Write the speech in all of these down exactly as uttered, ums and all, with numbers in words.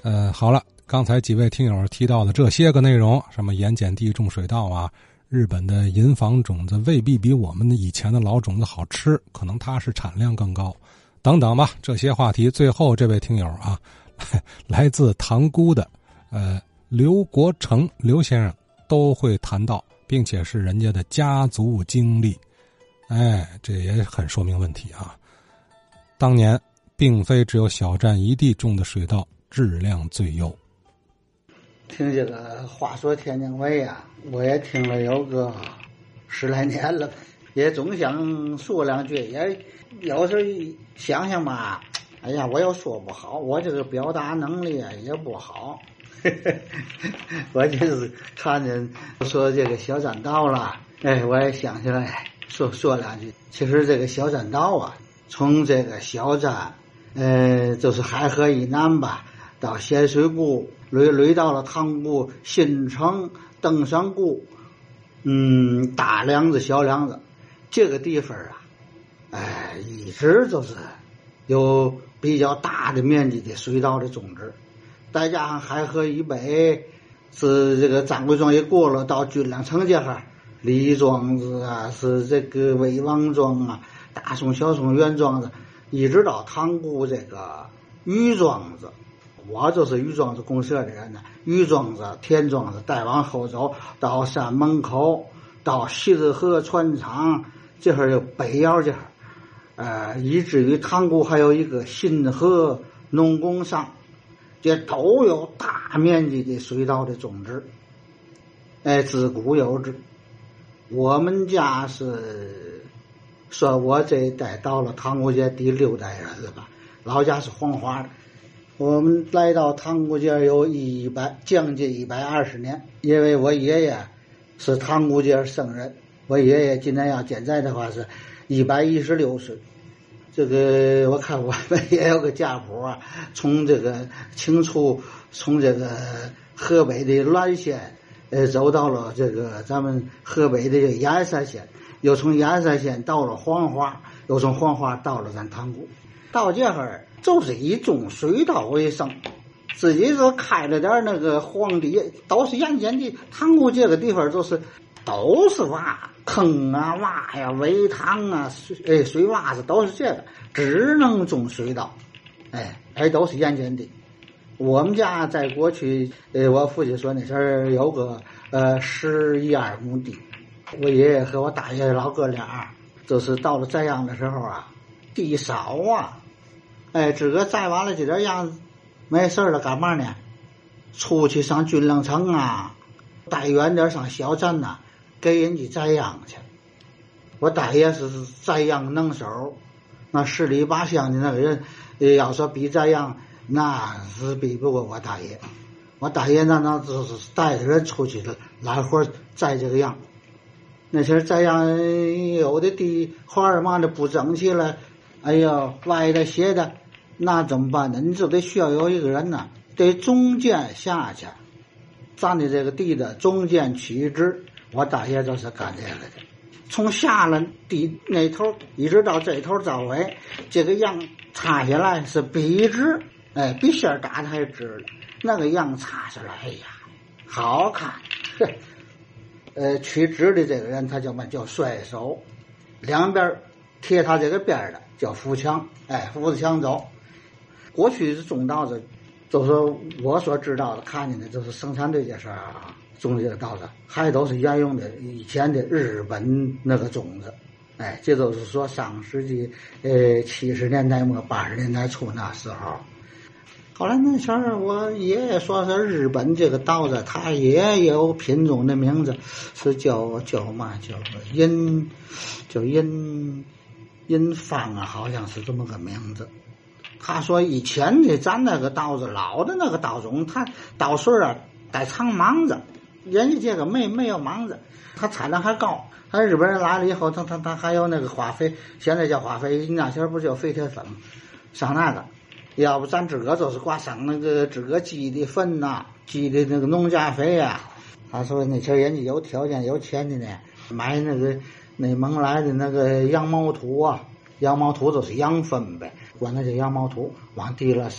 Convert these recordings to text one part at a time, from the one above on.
呃，好了，刚才几位听友提到的这些个内容，什么盐碱地种水稻啊，日本的银纺种子未必比我们的以前的老种子好吃，可能它是产量更高，等等吧。这些话题，最后这位听友啊，来自塘沽的呃刘国成刘先生都会谈到，并且是人家的家族经历。哎，这也很说明问题啊。当年并非只有小站一地种的水稻质量最优。 听这个话说天津卫啊，我也听了有个十来年了，也总想说两句，也有时候想想吧，哎呀，我又说不好，我这个表达能力啊也不好。我就是看见说这个小栈道了，哎，我也想起来说说两句。其实这个小栈道啊，从这个小站，呃，就是海河以南吧，到咸水沽，捋捋到了塘沽、新城、登山沽，嗯，大梁子、小梁子，这个地方啊，哎，一直都是有比较大的面积的水稻的种植。再加上海河以北是这个张贵庄也过了，到军粮城这哈，李庄子啊，是这个魏王庄啊，大宋、小宋、原庄子，一直到塘沽这个余庄子。我就是余庄子公社的人呢，余庄子、田庄子，再往后走到山门口，到西子河船厂，这会儿有北窑这儿，呃，以至于塘沽还有一个新河农工商。这都有大面积的水稻的种植，哎，自古有之。我们家是说我这一代到了塘沽街第六代人了吧，老家是黄花的。我们来到塘沽街有一百将近一百二十年，因为我爷爷是塘沽街生人，我爷爷今年要健在的话是一百一十六岁。这个我看我们也有个家谱啊，从这个清初，从这个河北的滦县，呃，走到了这个咱们河北的盐山县，又从盐山县到了黄花，又从黄花到了咱塘沽。到这会儿就是以种水稻为生，自己说开了点那个荒地，都是盐碱地。塘沽这个地方都是都是洼坑啊、洼呀、围塘啊、水哎水洼子都是这个，只能种水稻，哎哎都是盐碱地。我们家在过去，呃，我父亲说那时候有个呃十一二亩地，我爷爷和我大爷老哥俩，就是到了这样的时候啊，地少啊，哎，这个再完了这点样子，没事了干嘛呢？出去上军粮城啊，带远点上小镇呐、啊。给人家栽秧去，我大爷是栽秧能手，那十里八乡的那个人，要说比栽秧，那是比不过我大爷。我大爷那那就是带着人出去的来活栽这个秧。那些栽秧有的地花儿嘛的不整齐了，哎呦歪的斜的，那怎么办呢？你就得需要有一个人呢，得中间下去，咱的这个地的中间取直。我大爷就是干这个的，从下了地那头一直到这头到尾，这个秧插下来是笔直，哎，比线儿打的还直了。那个秧插下来，哎呀，好看。呃，取直的这个人他叫嘛叫甩手，两边贴他这个边的叫扶墙，哎，扶着墙走。过去是种稻子，就是我所知道的看见的，就是生产这件事儿啊。种这个稻子还都是沿用的以前的日本那个种子，哎，这都是说上世纪呃七十年代末八十年代初那时候。后来那时候我爷爷说是日本这个稻子，它也有品种的名字，是叫叫嘛叫银叫银银方啊，好像是这么个名字。他说以前的咱那个稻子老的那个稻种，它稻穗啊带长芒子。人家这个没没有芒子，它产量还高。他日本人来了以后，他他他还有那个化肥，现在叫化肥，那前不叫肥铁粉，上那个，要不咱自个就是挂上那个自个鸡的粪呐、啊，鸡的那个农家肥呀、啊。他说那前人家有条件有钱的呢，买那个内蒙来的那个羊毛土啊，羊毛土就是羊粪呗，管它叫羊毛土，往地了上，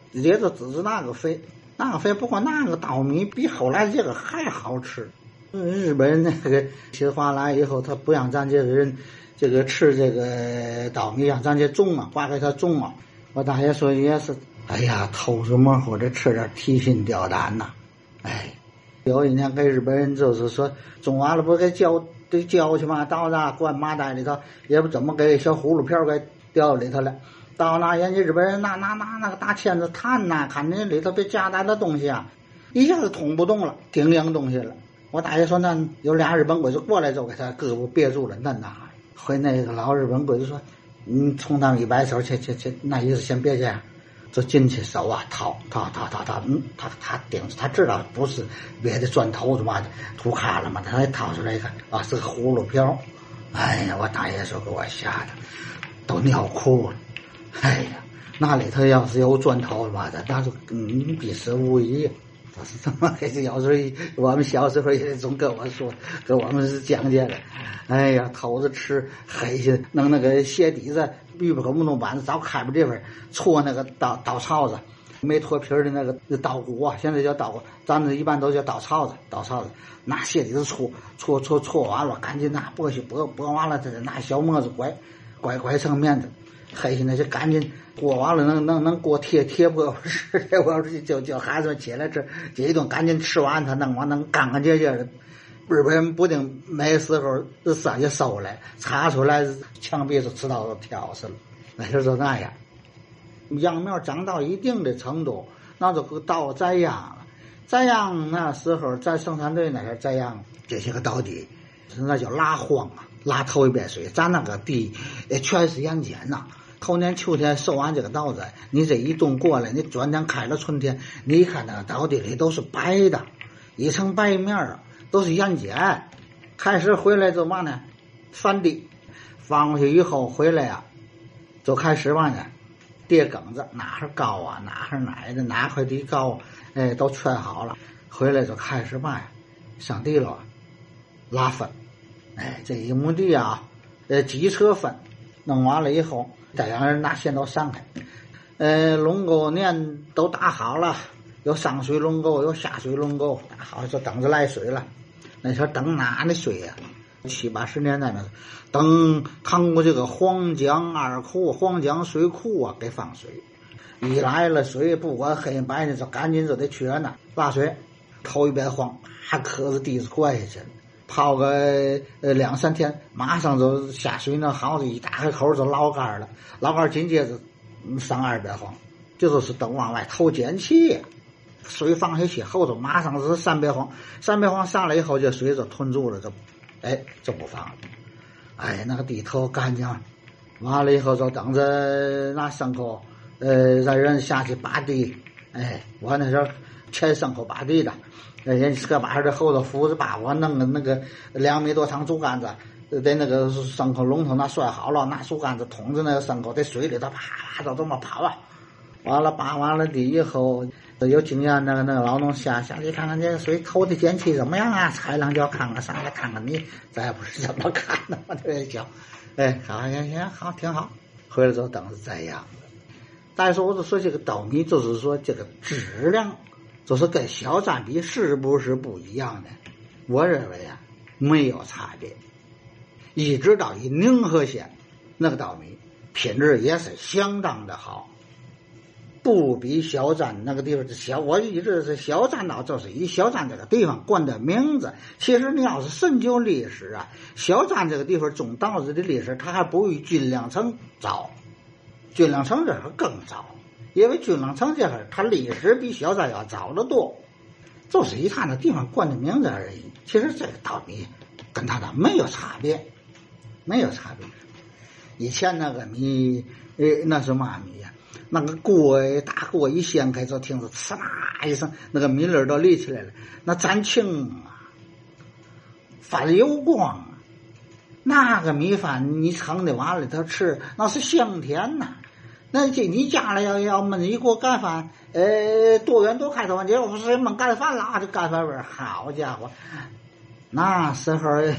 也就只是那个肥，那个肥。不过那个稻米比后来这个还好吃。日本人那个侵华来以后，他不让咱这个人这个吃这个稻米，让咱这种嘛，划给他种嘛。我大爷说也是，哎呀，偷着摸或者吃点提心吊胆呐。哎，有一年给日本人就是说种完了不给浇得浇去嘛，到那灌麻袋里头，也不怎么给小葫芦瓢给掉里头了。到那人家日本人拿拿拿那个大钳子探呐，看那里头别夹带的东西啊，一下子捅不动了，顶硬东西了。我大爷说那有俩日本鬼子过来就给他胳膊别住了，那哪回那个老日本鬼子说，你冲他们一摆手，去去去，那意思先别这样，就进去手啊掏掏掏掏掏，嗯，他他顶着，他知道不是别的钻头子嘛，土卡了嘛，他掏出来一看啊，是个葫芦瓢。哎呀，我大爷说给我吓得都尿裤了。哎呀，那里头要是有钻头嘛的，那就嗯必死无疑。这是怎么回事？要是我们小时候也总跟我说，跟我们是讲解的。哎呀，偷着吃黑去，弄那个鞋底子，预备个木弄板子，早开不这份搓那个刀刀槽子，没脱皮的那个刀骨啊，现在叫刀骨，咱们一般都叫刀槽子，刀槽子拿鞋底子搓搓搓搓完了，赶紧拿簸箕簸簸完了，再拿小磨子拐拐拐成面子。黑心的就赶紧过完了，能能能过贴贴不是贴不是就叫孩子们起来吃，这一顿赶紧吃完，他弄完能干干净净的。日本人不定没时候这山就收来，查出来墙壁就知道都挑死了，那就是那样。秧苗长到一定的程度，那就到栽秧了。栽秧那时候在生产队那边栽秧，这些个稻地那叫拉荒啊，拉头一遍水。咱那个地全是盐碱呐。头年秋天收完这个稻子，你这一冬过来，你转天开了春天，你一看那个稻地里都是白的，一层白面啊，都是盐碱。开始回来就嘛呢，翻地，翻过去以后回来啊，就开始嘛呢，跌梗子，哪是高啊，哪是矮的，哪块地高，哎，都圈好了。回来就开始嘛呀，上地了，拉分，哎，这一亩地啊，呃，几车分，弄完了以后。再让人拿线都上开，呃，龙沟年都打好了，有上水龙沟，有下水龙沟，打好就等着来水了。那时候等哪的水呀、啊？七八十年代那等趟过这个黄江二库、黄江水库啊，给放水。一来了水，不管黑白的，就赶紧就得去那拉水。头一遍慌，还磕着地子灌下去了。泡个呃两三天，马上就下水那好子一打开口就捞干了，捞干紧接着上二边慌，这就是等往外投碱气呀。水放下去后头马上是三边慌，三边慌上来以后这水就吞住了，就哎就不放了。哎，那个地头干净，完了以后就等着拿牲口呃让人下去拔地。哎，我那时候牵牲口拔地的。人家个把这后头扶着把我弄个那个两米多长竹竿子，在那个牲口笼头那拴好了，拿竹竿子捅着那个牲口在水里头啪啪就这么跑啊。完了拔完了地以后，有经验那个那个老农下下去看看这个水投的碱气怎么样啊？采两脚看看，上来看看你，咱也不是这么看的嘛，这叫，哎，好行行好挺好，回来之后等着栽秧。但是我就说这个稻米，就是说这个质量。就是跟小砧比是不是不一样的？我认为啊，没有差别。一直到以宁河县那个稻米品质也是相当的好，不比小砧那个地方小。我一直是小砧稻，就是以小砧这个地方冠的名字。其实你要是深究历史啊，小砧这个地方种稻子的历史，它还不如军粮城早，军粮城这儿更早。因为军粮城这儿，它历史比小砧要早得多，就是以它那地方冠的名字而已。其实这个稻米跟它的没有差别，没有差别。以前那个米，呃，那是嘛米呀、啊？那个锅大锅一掀开，就听着呲啦一声，那个米粒都立起来了，那沾青啊，发油光啊。那个米饭你盛的完了它吃，那是香甜呐、啊。那这你家里要要焖一锅干饭，呃，多远多开头，结果不是焖干饭了，这干饭味儿，好家伙！那时候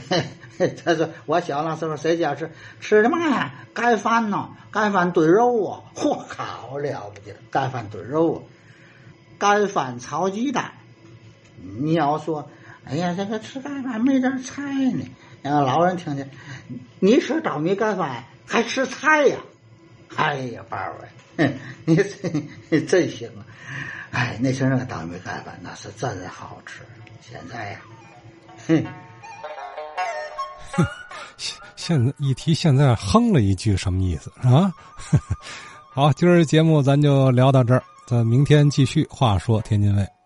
他说我小那时候谁家吃吃的嘛呀？盖饭呢，盖饭炖肉啊！我靠，了不起了，盖饭炖肉啊，盖饭炒鸡蛋。你要说，哎呀，这个吃盖饭没点菜呢，让老人听见，你吃稻米盖饭还吃菜呀？哎呀，宝儿哎，你真真行啊！哎，那时候那个稻米盖饭那是真好吃，现在呀，哼。 现在一提现在哼了一句什么意思啊？好，今儿节目咱就聊到这儿，咱明天继续。话说天津卫。